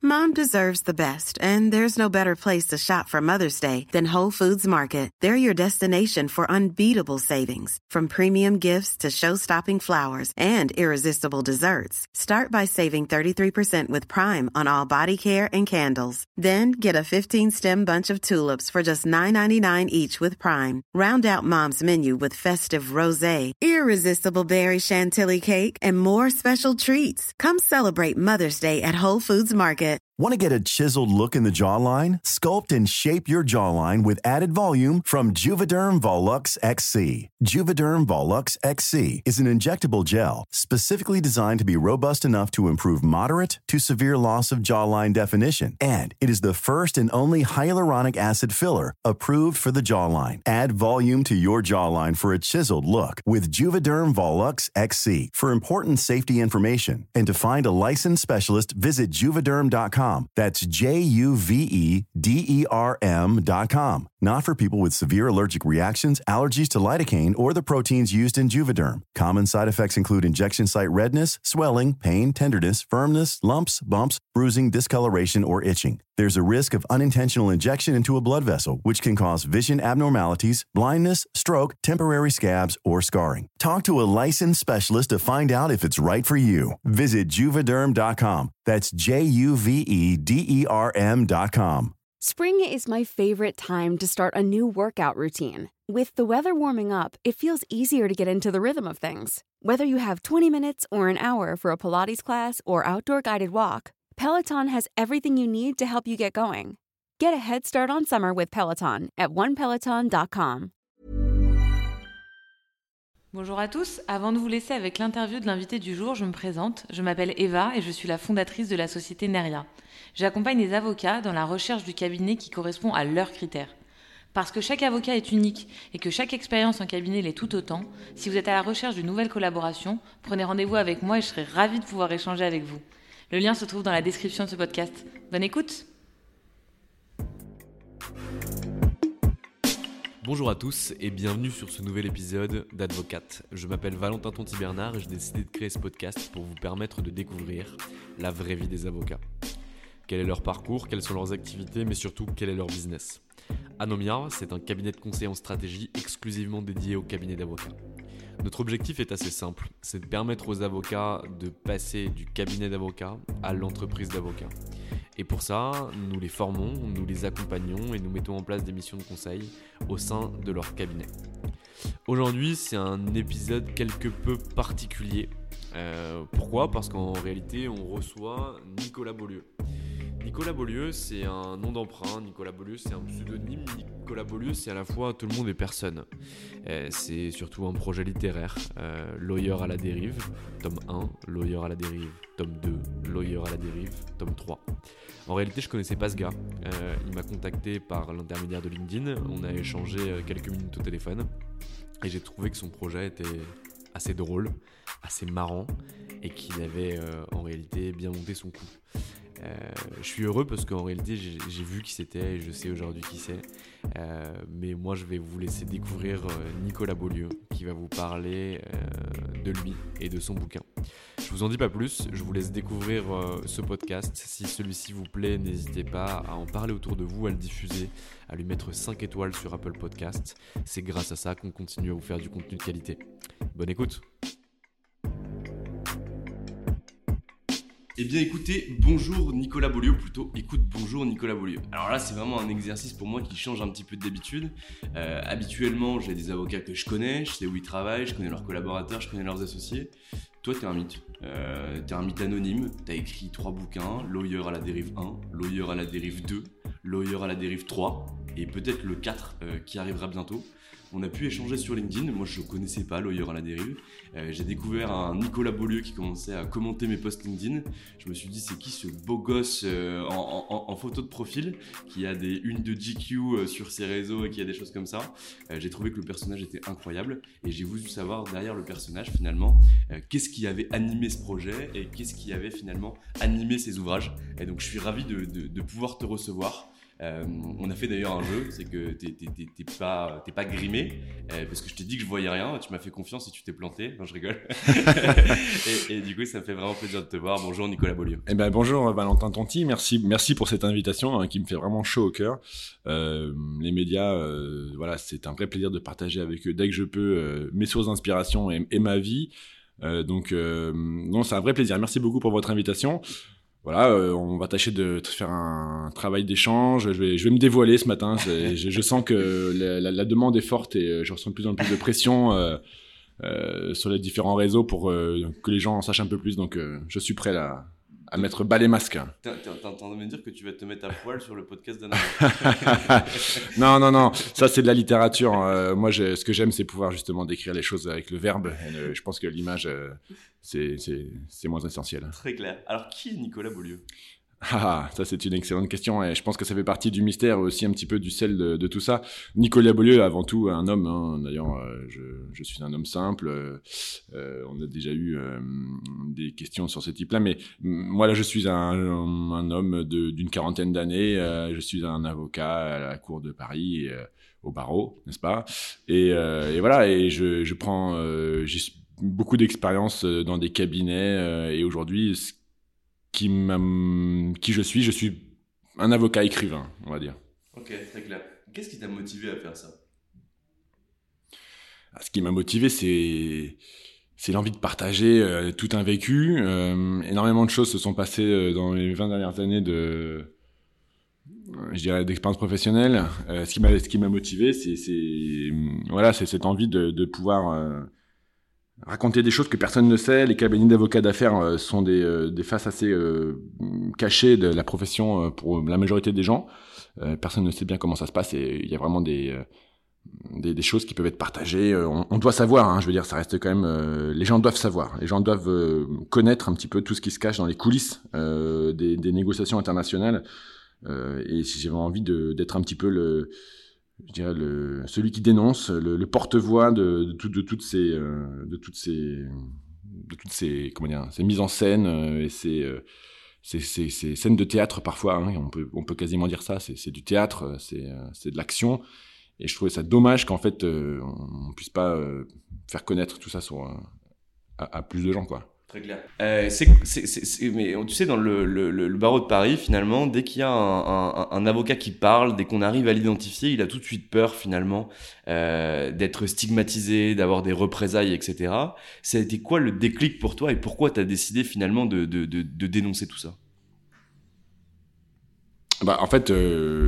Mom deserves the best, and there's no better place to shop for Mother's Day than Whole Foods Market. They're your destination for unbeatable savings, from premium gifts to show-stopping flowers and irresistible desserts. Start by saving 33% with Prime on all body care and candles. Then get a 15-stem bunch of tulips for just $9.99 each with Prime. Round out Mom's menu with festive rosé, irresistible berry chantilly cake, and more special treats. Come celebrate Mother's Day at Whole Foods Market. Want to get a chiseled look in the jawline? Sculpt and shape your jawline with added volume from Juvederm Volux XC. Juvederm Volux XC is an injectable gel specifically designed to be robust enough to improve moderate to severe loss of jawline definition. And it is the first and only hyaluronic acid filler approved for the jawline. Add volume to your jawline for a chiseled look with Juvederm Volux XC. For important safety information and to find a licensed specialist, visit Juvederm.com. That's Juvederm.com. Not for people with severe allergic reactions, allergies to lidocaine, or the proteins used in Juvederm. Common side effects include injection site redness, swelling, pain, tenderness, firmness, lumps, bumps, bruising, discoloration, or itching. There's a risk of unintentional injection into a blood vessel, which can cause vision abnormalities, blindness, stroke, temporary scabs, or scarring. Talk to a licensed specialist to find out if it's right for you. Visit Juvederm.com. That's Juvederm.com. Spring is my favorite time to start a new workout routine. With the weather warming up, it feels easier to get into the rhythm of things. Whether you have 20 minutes or an hour for a Pilates class or outdoor guided walk, Peloton has everything you need to help you get going. Get a head start on summer with Peloton at onepeloton.com. Bonjour à tous, avant de vous laisser avec l'interview de l'invité du jour, je me présente. Je m'appelle Eva et je suis la fondatrice de la société Neria. J'accompagne les avocats dans la recherche du cabinet qui correspond à leurs critères. Parce que chaque avocat est unique et que chaque expérience en cabinet l'est tout autant, si vous êtes à la recherche d'une nouvelle collaboration, prenez rendez-vous avec moi et je serai ravie de pouvoir échanger avec vous. Le lien se trouve dans la description de ce podcast. Bonne écoute! Bonjour à tous et bienvenue sur ce nouvel épisode d'Advocate. Je m'appelle Valentin Tonti-Bernard et j'ai décidé de créer ce podcast pour vous permettre de découvrir la vraie vie des avocats. Quel est leur parcours, quelles sont leurs activités, mais surtout quel est leur business. Anomia, c'est un cabinet de conseil en stratégie exclusivement dédié aux cabinets d'avocats. Notre objectif est assez simple, c'est de permettre aux avocats de passer du cabinet d'avocats à l'entreprise d'avocats. Et pour ça, nous les formons, nous les accompagnons et nous mettons en place des missions de conseil au sein de leur cabinet. Aujourd'hui, c'est un épisode quelque peu particulier. Pourquoi ? Parce qu'en réalité, on reçoit Nicolas Beaulieu. Nicolas Beaulieu, c'est un nom d'emprunt, Nicolas Beaulieu, c'est un pseudonyme, Nicolas Beaulieu, c'est à la fois tout le monde et personne. C'est surtout un projet littéraire, Lawyer à la dérive, tome 1, Lawyer à la dérive, tome 2, Lawyer à la dérive, tome 3. En réalité, je connaissais pas ce gars, il m'a contacté par l'intermédiaire de LinkedIn, on a échangé quelques minutes au téléphone, et j'ai trouvé que son projet était assez drôle, assez marrant, et qu'il avait en réalité bien monté son coup. Je suis heureux parce qu'en réalité j'ai vu qui c'était et je sais aujourd'hui qui c'est, mais moi je vais vous laisser découvrir Nicolas Beaulieu qui va vous parler de lui et de son bouquin. Je vous en dis pas plus, je vous laisse découvrir ce podcast. Si celui-ci vous plaît, n'hésitez pas à en parler autour de vous, à le diffuser, à lui mettre 5 étoiles sur Apple Podcast. C'est grâce à ça qu'on continue à vous faire du contenu de qualité. Bonne écoute. Eh bien écoutez, bonjour Nicolas Beaulieu, ou plutôt bonjour Nicolas Beaulieu. Alors là c'est vraiment un exercice pour moi qui change un petit peu d'habitude. Habituellement j'ai des avocats que je connais, je sais où ils travaillent, je connais leurs collaborateurs, je connais leurs associés. Toi t'es un mythe, t'es un mythe anonyme, t'as écrit 3 bouquins, Lawyer à la dérive 1, Lawyer à la dérive 2, Lawyer à la dérive 3 et peut-être le 4 qui arrivera bientôt. On a pu échanger sur LinkedIn, moi je ne connaissais pas Lawyer à la dérive. J'ai découvert un Nicolas Beaulieu qui commençait à commenter mes posts LinkedIn. Je me suis dit c'est qui ce beau gosse en photo de profil qui a des unes de GQ sur ses réseaux et qui a des choses comme ça. J'ai trouvé que le personnage était incroyable et j'ai voulu savoir derrière le personnage finalement qu'est-ce qui avait animé ce projet et qu'est-ce qui avait finalement animé ses ouvrages. Et donc je suis ravi de pouvoir te recevoir. On a fait d'ailleurs un jeu, c'est que t'es pas grimé, parce que je t'ai dit que je voyais rien, tu m'as fait confiance et tu t'es planté. Non, je rigole. et du coup, ça me fait vraiment plaisir de te voir. Bonjour Nicolas Beaulieu. Bonjour Valentin Tonti, merci pour cette invitation qui me fait vraiment chaud au cœur. Les médias, voilà, c'est un vrai plaisir de partager avec eux dès que je peux mes sources d'inspiration et ma vie. Non, c'est un vrai plaisir. Merci beaucoup pour votre invitation. Voilà, on va tâcher de faire un travail d'échange. Je vais me dévoiler ce matin. Je sens que la demande est forte et je ressens de plus en plus de pression sur les différents réseaux pour que les gens en sachent un peu plus. Donc, je suis prêt là à mettre bas les masques. T'es en train de me dire que tu vas te mettre à poil sur le podcast d'un Non, ça c'est de la littérature. Moi, ce que j'aime, c'est pouvoir justement décrire les choses avec le verbe. Et je pense que l'image, c'est moins essentiel. Très clair. Alors, qui est Nicolas Beaulieu ? Ça c'est une excellente question et je pense que ça fait partie du mystère aussi un petit peu du sel de tout ça. Nicolas Beaulieu, avant tout un homme, hein. D'ailleurs je suis un homme simple, on a déjà eu des questions sur ce type-là, mais moi là je suis un homme d'une quarantaine d'années, je suis un avocat à la cour de Paris, au barreau, n'est-ce pas, et voilà, et je prends j'ai beaucoup d'expérience dans des cabinets et aujourd'hui qui je suis un avocat écrivain, on va dire. Ok, très clair. Qu'est-ce qui t'a motivé à faire ça ? Ce qui m'a motivé, c'est l'envie de partager tout un vécu. Énormément de choses se sont passées dans les 20 dernières années d'expérience professionnelle. Ce qui m'a motivé, c'est cette envie de pouvoir raconter des choses que personne ne sait. Les cabinets d'avocats d'affaires sont des faces assez cachées de la profession pour la majorité des gens. Personne ne sait bien comment ça se passe et il y a vraiment des choses qui peuvent être partagées. On doit savoir, hein, je veux dire, ça reste quand même... les gens doivent savoir. Les gens doivent connaître un petit peu tout ce qui se cache dans les coulisses des négociations internationales. Et si j'avais envie d'être un petit peu celui qui dénonce, le porte-voix de toutes ces comment dire, ces mises en scène et ces scènes de théâtre parfois, hein, on peut quasiment dire ça, c'est du théâtre, c'est de l'action, et je trouvais ça dommage qu'en fait on puisse pas faire connaître tout ça à plus de gens, quoi. Très clair. Mais tu sais, dans le barreau de Paris, finalement, dès qu'il y a un avocat qui parle, dès qu'on arrive à l'identifier, il a tout de suite peur, finalement, d'être stigmatisé, d'avoir des représailles, etc. Ça a été quoi le déclic pour toi et pourquoi tu as décidé, finalement, de dénoncer tout ça ? En fait, je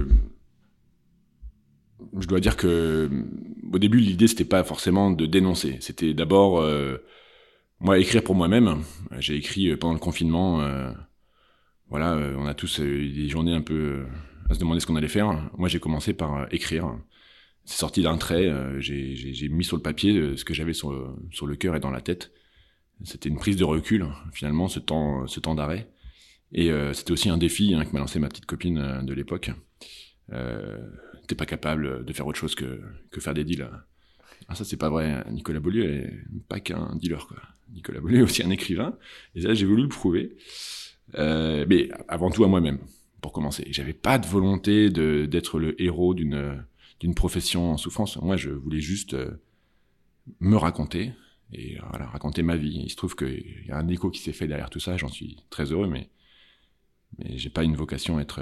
dois dire que au début, l'idée, c'était pas forcément de dénoncer. C'était d'abord... moi, écrire pour moi-même. J'ai écrit pendant le confinement. On a tous eu des journées un peu à se demander ce qu'on allait faire. Moi, j'ai commencé par écrire. C'est sorti d'un trait. J'ai mis sur le papier ce que j'avais sur le cœur et dans la tête. C'était une prise de recul, finalement, ce temps d'arrêt. Et c'était aussi un défi que m'a lancé ma petite copine de l'époque. T'es pas capable de faire autre chose que faire des deals. Ah, ça, c'est pas vrai. Nicolas Beaulieu est pas qu'un dealer, quoi. Nicolas Beaulieu est aussi un écrivain. Et ça, j'ai voulu le prouver. Mais avant tout à moi-même, pour commencer. J'avais pas de volonté d'être le héros d'une profession en souffrance. Moi, je voulais juste me raconter. Et voilà, raconter ma vie. Il se trouve qu'il y a un écho qui s'est fait derrière tout ça. J'en suis très heureux, mais j'ai pas une vocation à être,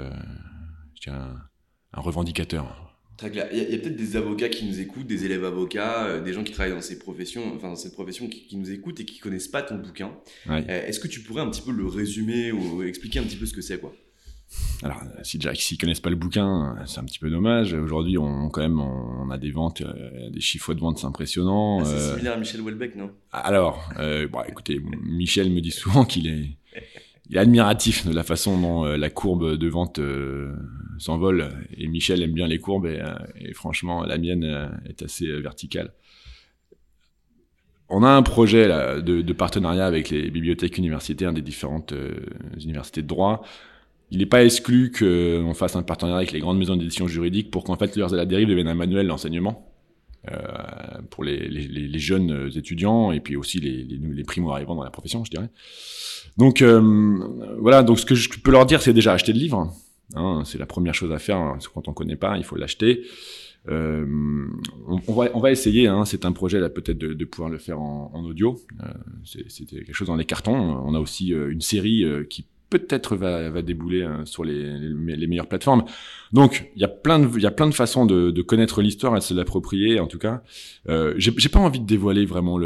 un revendicateur. Très clair. Il y a peut-être des avocats qui nous écoutent, des élèves avocats, des gens qui travaillent dans cette profession qui nous écoutent et qui connaissent pas ton bouquin. Ouais. Est-ce que tu pourrais un petit peu le résumer ou expliquer un petit peu ce que c'est, quoi ? Alors, s'ils connaissent pas le bouquin, c'est un petit peu dommage. Aujourd'hui, on a des ventes, des chiffres de vente impressionnants. C'est similaire à Michel Houellebecq, non ? Alors, écoutez, Michel me dit souvent qu'il est admiratif de la façon dont la courbe de vente s'envole, et Michel aime bien les courbes, et franchement la mienne est assez verticale. On a un projet là, de partenariat avec les bibliothèques universitaires des différentes universités de droit. Il n'est pas exclu qu'on fasse un partenariat avec les grandes maisons d'édition juridiques pour qu'en fait l'Heures à la dérive devienne un manuel d'enseignement pour les jeunes étudiants et puis aussi les primo-arrivants dans la profession, je dirais. Donc voilà, donc ce que je peux leur dire, c'est déjà acheter le livre. Hein, c'est la première chose à faire. Hein, quand on connaît pas, il faut l'acheter. On va essayer. Hein, c'est un projet là peut-être de pouvoir le faire en audio. C'était quelque chose dans les cartons. On a aussi une série qui peut-être va débouler sur les meilleures plateformes. Donc il y a plein de façons de connaître l'histoire et de se l'approprier. En tout cas, j'ai pas envie de dévoiler vraiment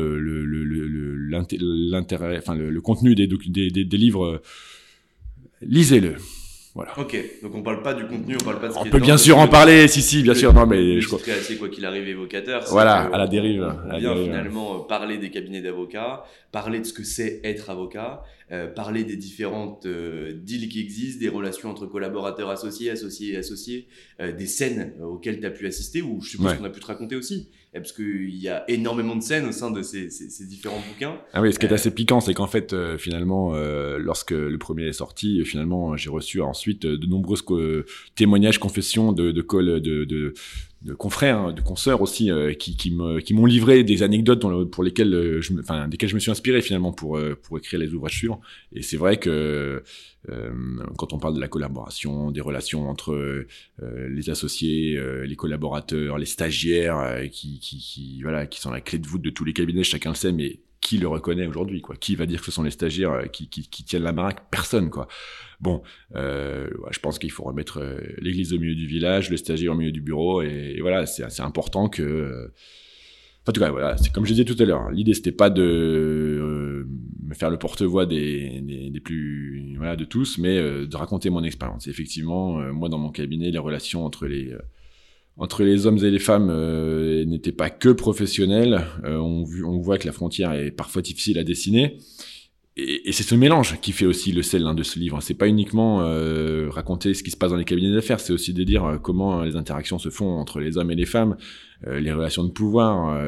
l'intérêt, enfin le contenu des livres. Lisez-le. Voilà. Ok, donc on parle pas du contenu, on parle pas de ce qui est On peut bien dedans, sûr en parler, si, bien sûr. Non, mais je crois. C'est quoi qu'il arrive évocateur. Voilà, à la dérive. On vient finalement parler des cabinets d'avocats, parler de ce que c'est être avocat, parler des différentes deals qui existent, des relations entre collaborateurs associés et associés, des scènes auxquelles tu as pu assister, ou je suppose qu'on a pu te raconter aussi. Parce qu'il y a énormément de scènes au sein de ces différents bouquins. Ah oui, ce qui est assez piquant, c'est qu'en fait, finalement, lorsque le premier est sorti, finalement, j'ai reçu ensuite de nombreux témoignages, confessions de confrères, de consoeurs aussi, qui m'ont livré des anecdotes pour lesquelles desquelles je me suis inspiré finalement pour écrire les ouvrages suivants. Et c'est vrai que quand on parle de la collaboration, des relations entre les associés, les collaborateurs, les stagiaires, qui sont la clé de voûte de tous les cabinets, chacun le sait, mais qui le reconnaît aujourd'hui, quoi? Qui va dire que ce sont les stagiaires qui tiennent la baraque? Personne, quoi. Bon, je pense qu'il faut remettre l'église au milieu du village, le stagiaire au milieu du bureau, et voilà, c'est assez important que... En tout cas, voilà, c'est comme je disais tout à l'heure. L'idée, c'était pas de me faire le porte-voix des plus, voilà, de tous, mais de raconter mon expérience. Et effectivement, moi, dans mon cabinet, les relations entre les hommes et les femmes n'étaient pas que professionnelles. On voit que la frontière est parfois difficile à dessiner. Et c'est ce mélange qui fait aussi le sel de ce livre. C'est pas uniquement raconter ce qui se passe dans les cabinets d'affaires, c'est aussi de dire comment les interactions se font entre les hommes et les femmes, les relations de pouvoir.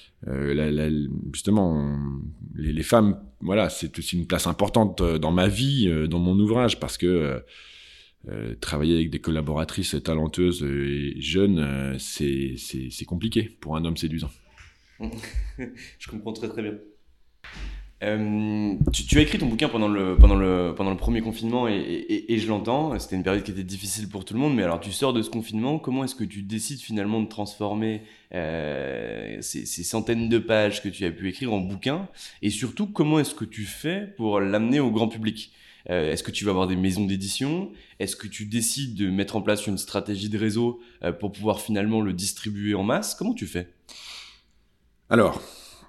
Justement, les femmes, voilà, c'est aussi une place importante dans ma vie, dans mon ouvrage, parce que travailler avec des collaboratrices talentueuses et jeunes, c'est compliqué pour un homme séduisant. Je comprends très très bien. Tu as écrit ton bouquin pendant le premier confinement et je l'entends, c'était une période qui était difficile pour tout le monde, mais alors tu sors de ce confinement, comment est-ce que tu décides finalement de transformer ces centaines de pages que tu as pu écrire en bouquin, et surtout comment est-ce que tu fais pour l'amener au grand public? Est-ce que tu vas avoir des maisons d'édition? Est-ce que tu décides de mettre en place une stratégie de réseau pour pouvoir finalement le distribuer en masse? Comment tu fais? Alors,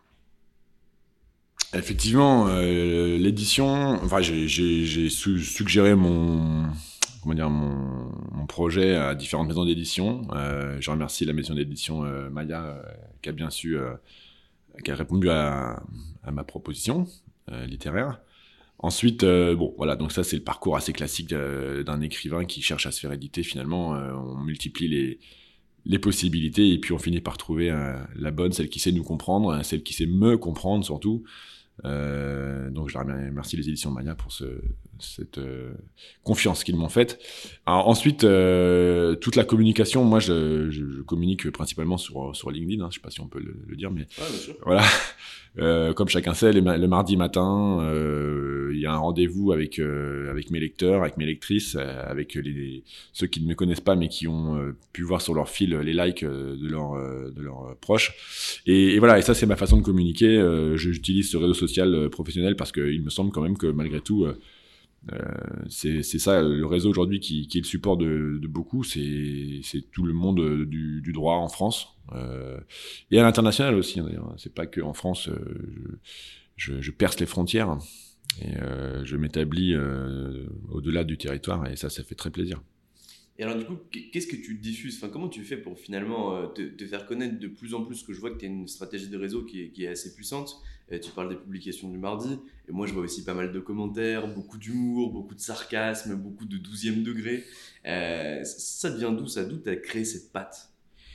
effectivement, l'édition, enfin, j'ai suggéré mon projet à différentes maisons d'édition. Je remercie la maison d'édition Maya qui a bien su, qui a répondu à ma proposition littéraire. Ensuite, bon, voilà, donc ça c'est le parcours assez classique d'un écrivain qui cherche à se faire éditer. Finalement, on multiplie les possibilités et puis on finit par trouver la bonne, celle qui sait nous comprendre, celle qui sait me comprendre surtout. Donc je remercie les éditions Maya pour cette confiance qu'ils m'ont faite. Alors, ensuite, toute la communication, moi je communique principalement sur LinkedIn, hein, je sais pas si on peut le dire, mais ouais, bien sûr. Voilà. Comme chacun sait, le mardi matin, il y a un rendez-vous avec mes lecteurs, avec mes lectrices, avec ceux qui ne me connaissent pas mais qui ont pu voir sur leur fil les likes de leurs proches. Et voilà, et ça c'est ma façon de communiquer. J'utilise ce réseau social professionnel parce qu'il me semble quand même que malgré tout, c'est ça le réseau aujourd'hui qui est le support de beaucoup. C'est tout le monde du droit en France. Et à l'international aussi, d'ailleurs. C'est pas que en France, je perce les frontières et je m'établis au-delà du territoire, et ça fait très plaisir. Et alors du coup, qu'est-ce que tu diffuses? Enfin, comment tu fais pour finalement te faire connaître de plus en plus? Que je vois que tu as une stratégie de réseau qui est assez puissante. Tu parles des publications du mardi, et moi je vois aussi pas mal de commentaires, beaucoup d'humour, beaucoup de sarcasme, beaucoup de 12e degré. Ça vient d'où ça? D'où tu as créé cette patte?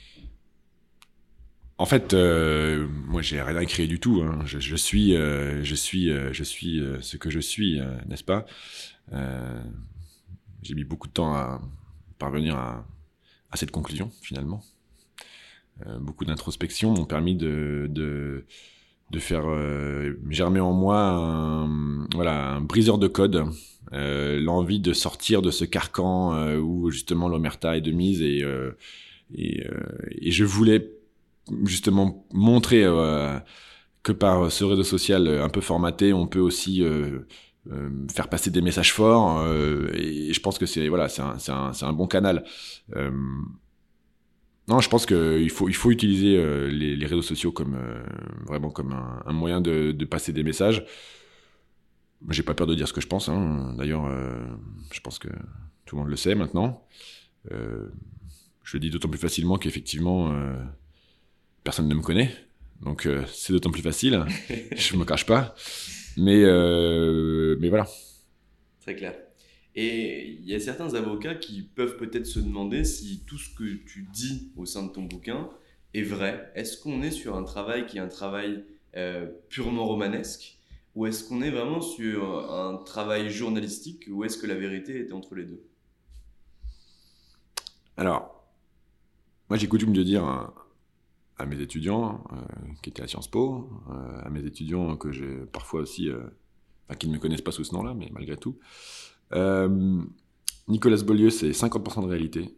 En fait, moi, j'ai rien créé du tout. Hein. Je suis ce que je suis, n'est-ce pas? J'ai mis beaucoup de temps à parvenir à cette conclusion, finalement. Beaucoup d'introspection m'ont permis de faire germer en moi un briseur de code, l'envie de sortir de ce carcan où justement l'omerta est de mise et je voulais justement montrer que par ce réseau social un peu formaté, on peut aussi faire passer des messages forts et je pense que c'est un bon canal. Non, je pense qu'il faut utiliser les réseaux sociaux comme vraiment comme un moyen de passer des messages. J'ai pas peur de dire ce que je pense. Hein. D'ailleurs, je pense que tout le monde le sait maintenant. Je le dis d'autant plus facilement qu'effectivement, personne ne me connaît. Donc, c'est d'autant plus facile. Je me cache pas. Mais voilà. Très clair. Et il y a certains avocats qui peuvent peut-être se demander si tout ce que tu dis au sein de ton bouquin est vrai. Est-ce qu'on est sur un travail qui est un travail purement romanesque ou est-ce qu'on est vraiment sur un travail journalistique ou est-ce que la vérité est entre les deux? Alors, moi j'ai coutume de dire à mes étudiants qui étaient à Sciences Po, à mes étudiants que j'ai parfois aussi, qui ne me connaissent pas sous ce nom-là, mais malgré tout, Nicolas Beaulieu, c'est 50% de réalité,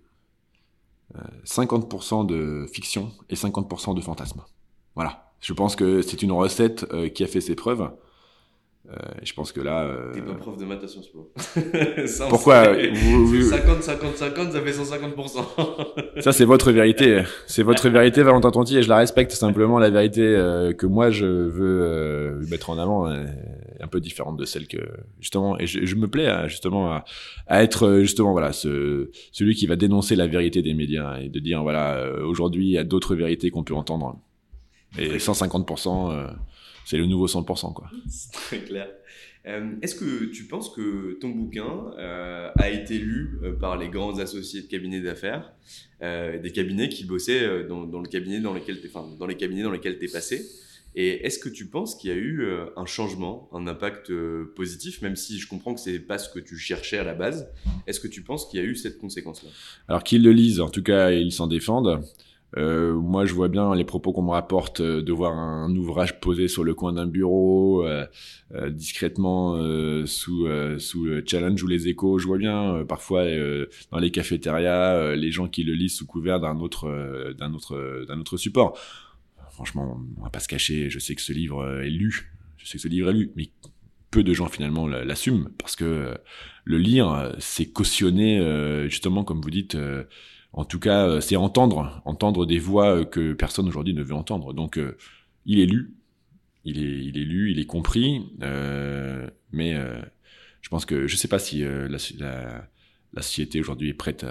50% de fiction et 50% de fantasme. Voilà. Je pense que c'est une recette qui a fait ses preuves. Je pense que là... T'es pas prof de maths à Sciences Po. Pourquoi 50, 50, 50, ça fait 150%. Ça, c'est votre vérité. C'est votre vérité, Valentin Tonti, et je la respecte. Simplement, la vérité que moi, je veux mettre en avant est un peu différente de celle que... Justement, et je me plais à être, justement, voilà, celui qui va dénoncer la vérité des médias et de dire, voilà, aujourd'hui, il y a d'autres vérités qu'on peut entendre. Et 150%... c'est le nouveau 100%, quoi. C'est très clair. Est-ce que tu penses que ton bouquin a été lu par les grands associés de cabinets d'affaires, des cabinets qui bossaient dans les cabinets dans lesquels tu es passé? Et est-ce que tu penses qu'il y a eu un changement, un impact positif, même si je comprends que ce n'est pas ce que tu cherchais à la base? Est-ce que tu penses qu'il y a eu cette conséquence-là? Alors qu'ils le lisent, en tout cas, ils s'en défendent. Moi, je vois bien les propos qu'on me rapporte de voir un ouvrage posé sur le coin d'un bureau, discrètement sous Challenge ou Les Échos. Je vois bien parfois dans les cafétérias les gens qui le lisent sous couvert d'un autre support. Franchement, on va pas se cacher. Je sais que ce livre est lu. Mais peu de gens finalement l'assument parce que le lire, c'est cautionner justement, comme vous dites. En tout cas, c'est entendre des voix que personne aujourd'hui ne veut entendre. Donc, il est lu, il est compris, mais je pense que je sais pas si la société aujourd'hui est prête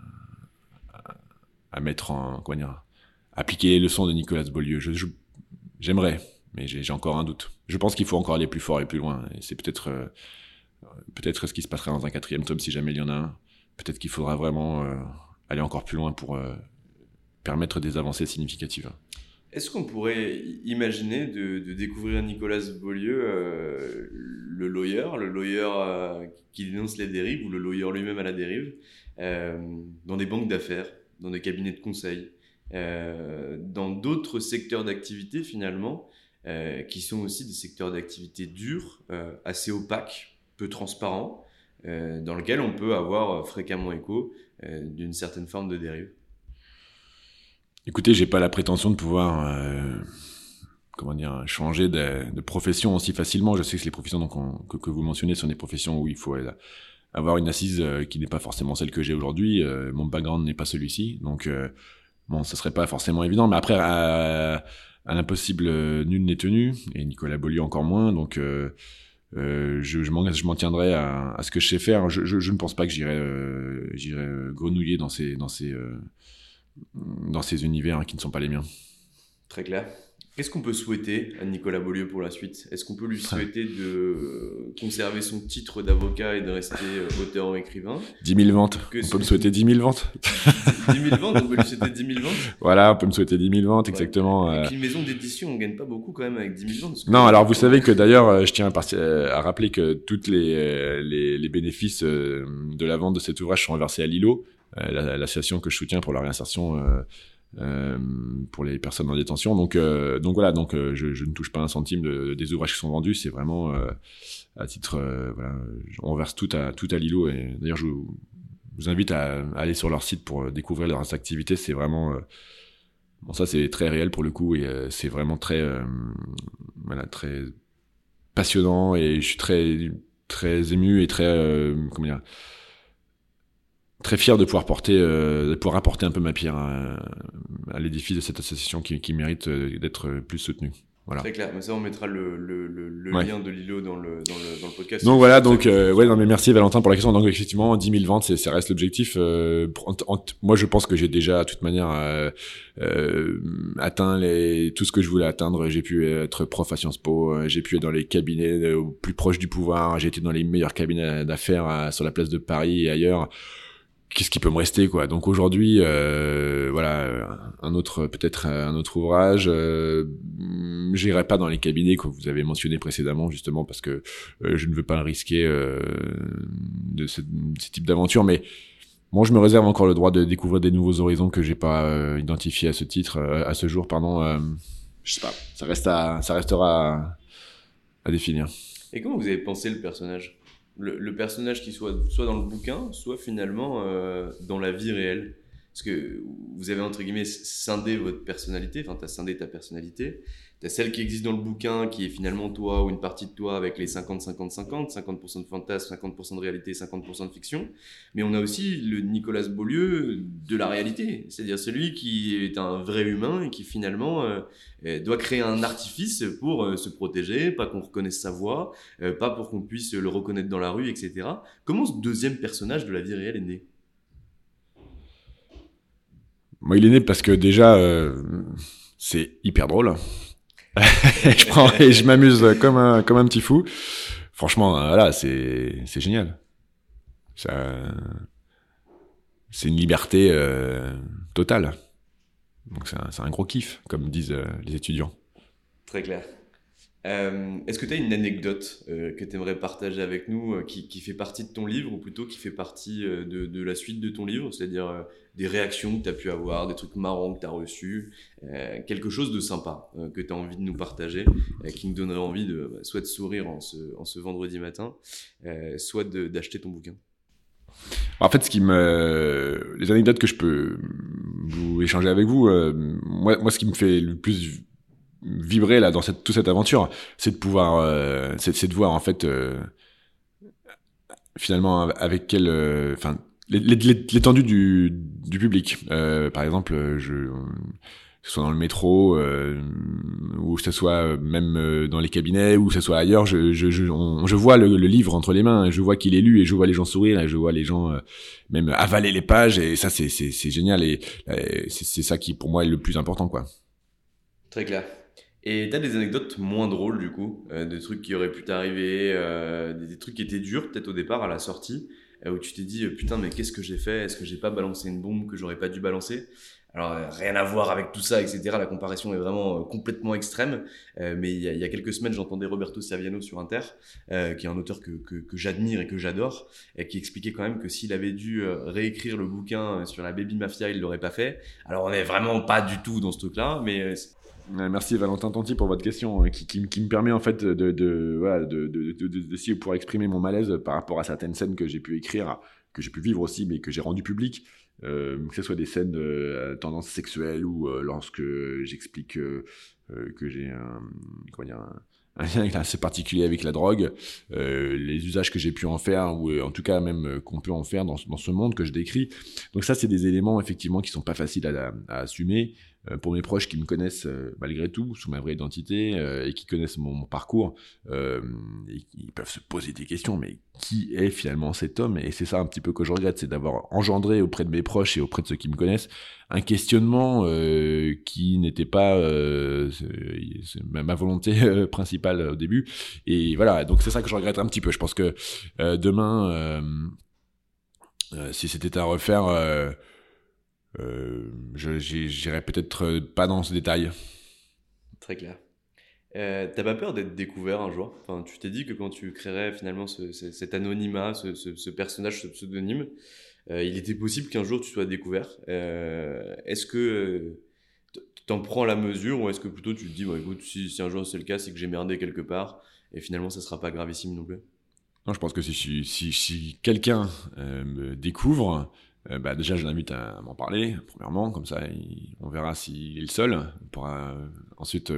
à mettre appliquer les leçons de Nicolas Beaulieu. J'aimerais, mais j'ai encore un doute. Je pense qu'il faut encore aller plus fort et plus loin. Et c'est peut-être ce qui se passerait dans un 4e tome si jamais il y en a un. Peut-être qu'il faudra vraiment aller encore plus loin pour permettre des avancées significatives. Est-ce qu'on pourrait imaginer de découvrir Nicolas Beaulieu, le lawyer qui dénonce les dérives, ou le lawyer lui-même à la dérive, dans des banques d'affaires, dans des cabinets de conseil, dans d'autres secteurs d'activité finalement, qui sont aussi des secteurs d'activité durs, assez opaques, peu transparents, dans lesquels on peut avoir fréquemment écho d'une certaine forme de dérive? Écoutez, j'ai pas la prétention de pouvoir changer de profession aussi facilement. Je sais que les professions que vous mentionnez sont des professions où il faut avoir une assise qui n'est pas forcément celle que j'ai aujourd'hui. Mon background n'est pas celui-ci, donc ça serait pas forcément évident. Mais après, à l'impossible, nul n'est tenu, et Nicolas Beaulieu encore moins. Donc je m'en tiendrai à ce que je sais faire. Je ne pense pas que j'irai grenouiller dans ces univers qui ne sont pas les miens. Très clair. Qu'est-ce qu'on peut souhaiter à Nicolas Beaulieu pour la suite? Est-ce qu'on peut lui souhaiter de conserver son titre d'avocat et de rester auteur ou écrivain? 10 000 ventes. On peut me souhaiter 10 000 ventes. 10 000 ventes, on peut lui souhaiter 10 000 ventes? Voilà, on peut me souhaiter 10 000 ventes, exactement. Avec une maison d'édition, on ne gagne pas beaucoup quand même avec 10 000 ventes. Non, alors vous savez que d'ailleurs, je tiens à rappeler que toutes les bénéfices de la vente de cet ouvrage sont reversés à Lilo, l'association que je soutiens pour la réinsertion pour les personnes en détention. Donc voilà, je ne touche pas un centime des ouvrages qui sont vendus. C'est vraiment à titre, voilà, on verse tout à Lilo. Et d'ailleurs, je vous invite à aller sur leur site pour découvrir leurs activités. C'est vraiment bon, ça c'est très réel pour le coup, et c'est vraiment très très passionnant, et je suis très très ému et très très fier de pouvoir apporter un peu ma pierre à l'édifice de cette association qui mérite d'être plus soutenue. Voilà. Très clair, mais ça on mettra le Ouais. lien de Lilo dans le podcast. Donc voilà, non mais merci Valentin pour la question. Donc effectivement, 10 000 ventes, ça reste l'objectif. Moi je pense que j'ai déjà, de toute manière, atteint tout ce que je voulais atteindre. J'ai pu être prof à Sciences Po, j'ai pu être dans les cabinets au plus proche du pouvoir, j'ai été dans les meilleurs cabinets d'affaires sur la place de Paris et ailleurs. Qu'est-ce qui peut me rester, quoi? Donc aujourd'hui, voilà, peut-être un autre ouvrage. J'irai pas dans les cabinets que vous avez mentionnés précédemment, justement parce que je ne veux pas risquer de ce type d'aventure. Mais bon, je me réserve encore le droit de découvrir des nouveaux horizons que j'ai pas identifiés à ce jour, pardon. Je sais pas. Ça restera à définir. Et comment vous avez pensé le personnage? Le personnage qui soit dans le bouquin, soit finalement dans la vie réelle. Parce que vous avez, entre guillemets, scindé votre personnalité, enfin, tu as scindé ta personnalité. Tu as celle qui existe dans le bouquin, qui est finalement toi, ou une partie de toi, avec les 50-50-50, 50% de fantasme, 50% de réalité, 50% de fiction. Mais on a aussi le Nicolas Beaulieu de la réalité, c'est-à-dire celui qui est un vrai humain et qui finalement doit créer un artifice pour se protéger, pas qu'on reconnaisse sa voix, pas pour qu'on puisse le reconnaître dans la rue, etc. Comment ce deuxième personnage de la vie réelle est né? Moi, il est né parce que déjà, c'est hyper drôle. Je m'amuse comme un petit fou. Franchement, voilà, c'est génial. C'est une liberté totale. Donc c'est un gros kiff, comme disent les étudiants. Très clair. Est-ce que tu as une anecdote que tu aimerais partager avec nous qui fait partie de ton livre, ou plutôt qui fait partie de la suite de ton livre, c'est-à-dire des réactions que tu as pu avoir, des trucs marrants que tu as reçus, quelque chose de sympa que tu as envie de nous partager, qui nous donnerait envie soit de sourire en ce vendredi matin, soit d'acheter ton bouquin? En fait, les anecdotes que je peux vous échanger avec vous, moi, ce qui me fait le plus vibrer là dans toute cette aventure, c'est de pouvoir, c'est de voir en fait finalement avec quel, enfin l'étendue du public. Par exemple, que ce soit dans le métro, ou que ce soit même dans les cabinets, ou que ce soit ailleurs, je vois le livre entre les mains, je vois qu'il est lu, et je vois les gens sourire, et je vois les gens même avaler les pages, et ça c'est génial, et c'est ça qui pour moi est le plus important, quoi. Très clair. Et t'as des anecdotes moins drôles du coup, des trucs qui auraient pu t'arriver, des trucs qui étaient durs peut-être au départ à la sortie, où tu t'es dit putain mais qu'est-ce que j'ai fait? Est-ce que j'ai pas balancé une bombe que j'aurais pas dû balancer? Alors rien à voir avec tout ça, etc. La comparaison est vraiment complètement extrême. Mais il y a quelques semaines, j'entendais Roberto Saviano sur Inter, qui est un auteur que j'admire et que j'adore, et qui expliquait quand même que s'il avait dû réécrire le bouquin sur la Baby Mafia, il l'aurait pas fait. Alors on n'est vraiment pas du tout dans ce truc-là, mais merci Valentin Tonti pour votre question, qui me permet en fait d'essayer de pouvoir exprimer mon malaise par rapport à certaines scènes que j'ai pu écrire, que j'ai pu vivre aussi, mais que j'ai rendu publiques, que ce soit des scènes de tendance sexuelle, ou lorsque j'explique que j'ai un lien assez particulier avec la drogue, les usages que j'ai pu en faire, ou en tout cas même qu'on peut en faire dans ce monde que je décris. Donc ça, c'est des éléments effectivement qui sont pas faciles à assumer. Pour mes proches qui me connaissent malgré tout, sous ma vraie identité, et qui connaissent mon parcours, et ils peuvent se poser des questions, mais qui est finalement cet homme? Et c'est ça un petit peu que je regrette, c'est d'avoir engendré auprès de mes proches et auprès de ceux qui me connaissent un questionnement qui n'était pas ma volonté principale au début. Et voilà, donc c'est ça que je regrette un petit peu. Je pense que demain, si c'était à refaire, j'irais peut-être pas dans ce détail. Très clair. T'as pas peur d'être découvert un jour? Enfin, tu t'es dit que quand tu créerais finalement cet anonymat, ce personnage, ce pseudonyme, il était possible qu'un jour tu sois découvert. Est-ce que t'en prends la mesure ou est-ce que plutôt tu te dis, écoute, si un jour c'est le cas, c'est que j'ai merdé quelque part et finalement ça sera pas gravissime non plus? Non, je pense que si quelqu'un me découvre, déjà je l'invite à m'en parler, premièrement, comme ça on verra s'il est le seul, on pourra ensuite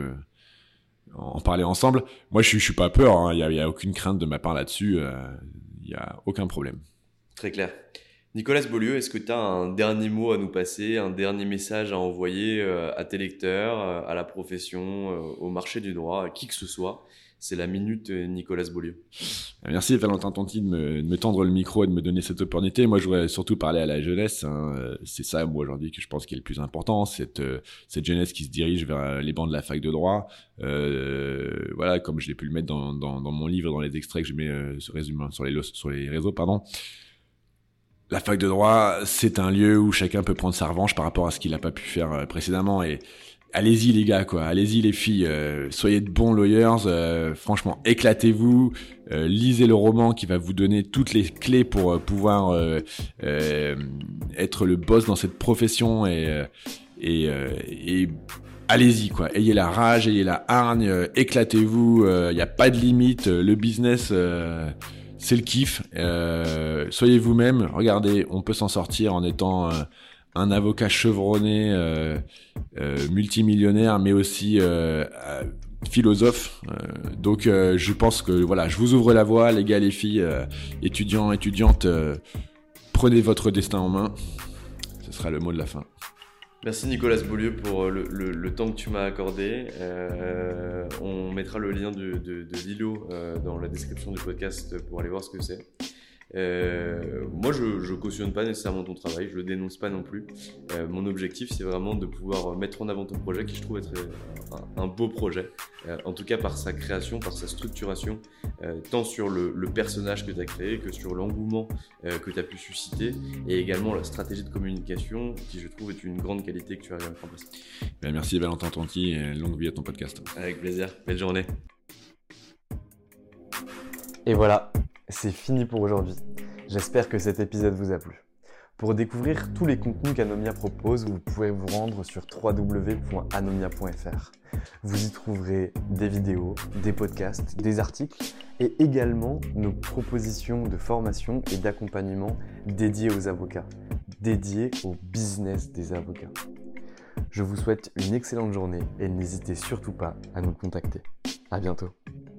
en parler ensemble. Moi je suis pas peur, hein, y a aucune crainte de ma part là-dessus, y a aucun problème. Très clair. Nicolas Beaulieu, est-ce que tu as un dernier mot à nous passer, un dernier message à envoyer à tes lecteurs, à la profession, au marché du droit, à qui que ce soit? C'est la minute Nicolas Beaulieu. Merci Valentin Tonti de me tendre le micro et de me donner cette opportunité. Moi, je voudrais surtout parler à la jeunesse. C'est ça, moi, aujourd'hui, que je pense qui est le plus important. Cette jeunesse qui se dirige vers les bancs de la fac de droit. Voilà, comme je l'ai pu le mettre dans mon livre, dans les extraits que je mets sur les réseaux, pardon. La fac de droit, c'est un lieu où chacun peut prendre sa revanche par rapport à ce qu'il n'a pas pu faire précédemment. Et allez-y les gars, quoi. Allez-y les filles. Soyez de bons lawyers. Franchement, éclatez-vous. Lisez le roman qui va vous donner toutes les clés pour pouvoir être le boss dans cette profession. Et allez-y, quoi. Ayez la rage, ayez la hargne. Éclatez-vous. Il n'y a pas de limite. Le business... c'est le kiff. Soyez vous-même. Regardez, on peut s'en sortir en étant un avocat chevronné, multimillionnaire, mais aussi philosophe. Donc, je pense que voilà, je vous ouvre la voie, les gars, les filles, étudiants, étudiantes. Prenez votre destin en main. Ce sera le mot de la fin. Merci Nicolas Beaulieu pour le temps que tu m'as accordé. On mettra le lien de Lilo dans la description du podcast pour aller voir ce que c'est. Moi, je cautionne pas nécessairement ton travail, je le dénonce pas non plus. Mon objectif, c'est vraiment de pouvoir mettre en avant ton projet qui je trouve être un beau projet. En tout cas par sa création, par sa structuration, tant sur le personnage que tu as créé que sur l'engouement que tu as pu susciter et également la stratégie de communication qui je trouve est une grande qualité que tu arrives à mettre en place. Merci Valentin Tonti et longue vie à ton podcast. Avec plaisir, belle journée. Et voilà, c'est fini pour aujourd'hui. J'espère que cet épisode vous a plu. Pour découvrir tous les contenus qu'Anomia propose, vous pouvez vous rendre sur www.anomia.fr. Vous y trouverez des vidéos, des podcasts, des articles et également nos propositions de formation et d'accompagnement dédiées aux avocats, dédiées au business des avocats. Je vous souhaite une excellente journée et n'hésitez surtout pas à nous contacter. À bientôt.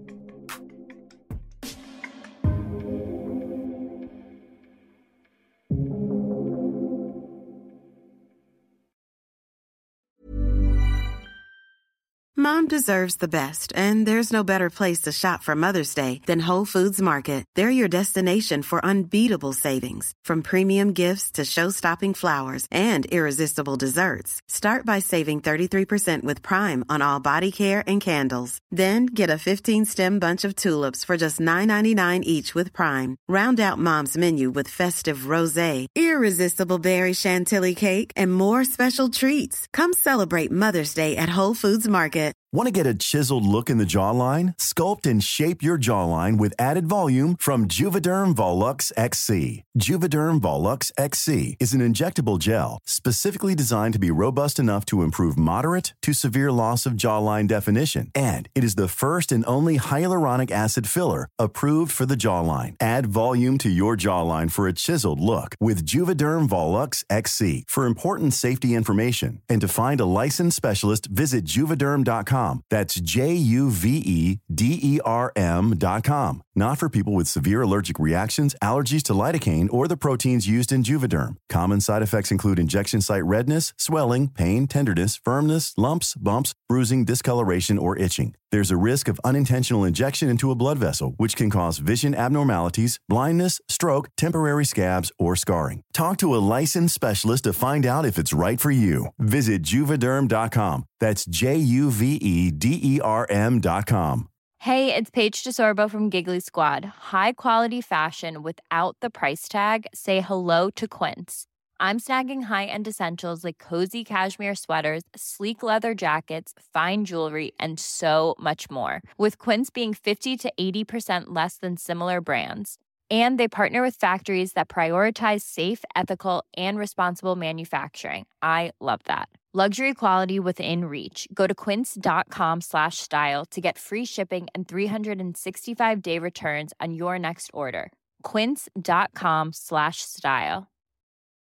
Mom deserves the best, and there's no better place to shop for Mother's Day than Whole Foods Market. They're your destination for unbeatable savings, from premium gifts to show-stopping flowers and irresistible desserts. Start by saving 33% with Prime on all body care and candles. Then get a 15-stem bunch of tulips for just $9.99 each with Prime. Round out Mom's menu with festive rosé, irresistible berry chantilly cake, and more special treats. Come celebrate Mother's Day at Whole Foods Market. Want to get a chiseled look in the jawline? Sculpt and shape your jawline with added volume from Juvederm Volux XC. Juvederm Volux XC is an injectable gel specifically designed to be robust enough to improve moderate to severe loss of jawline definition. And it is the first and only hyaluronic acid filler approved for the jawline. Add volume to your jawline for a chiseled look with Juvederm Volux XC. For important safety information and to find a licensed specialist, visit juvederm.com. That's JUVEDERM.com. Not for people with severe allergic reactions, allergies to lidocaine, or the proteins used in Juvederm. Common side effects include injection site redness, swelling, pain, tenderness, firmness, lumps, bumps, bruising, discoloration, or itching. There's a risk of unintentional injection into a blood vessel, which can cause vision abnormalities, blindness, stroke, temporary scabs, or scarring. Talk to a licensed specialist to find out if it's right for you. Visit Juvederm.com. That's JUVEDERM.com. Hey, it's Paige DeSorbo from Giggly Squad. High quality fashion without the price tag. Say hello to Quince. I'm snagging high-end essentials like cozy cashmere sweaters, sleek leather jackets, fine jewelry, and so much more. With Quince being 50 to 80% less than similar brands. And they partner with factories that prioritize safe, ethical, and responsible manufacturing. I love that. Luxury quality within reach. Go to quince.com/style to get free shipping and 365-day returns on your next order. Quince.com/style.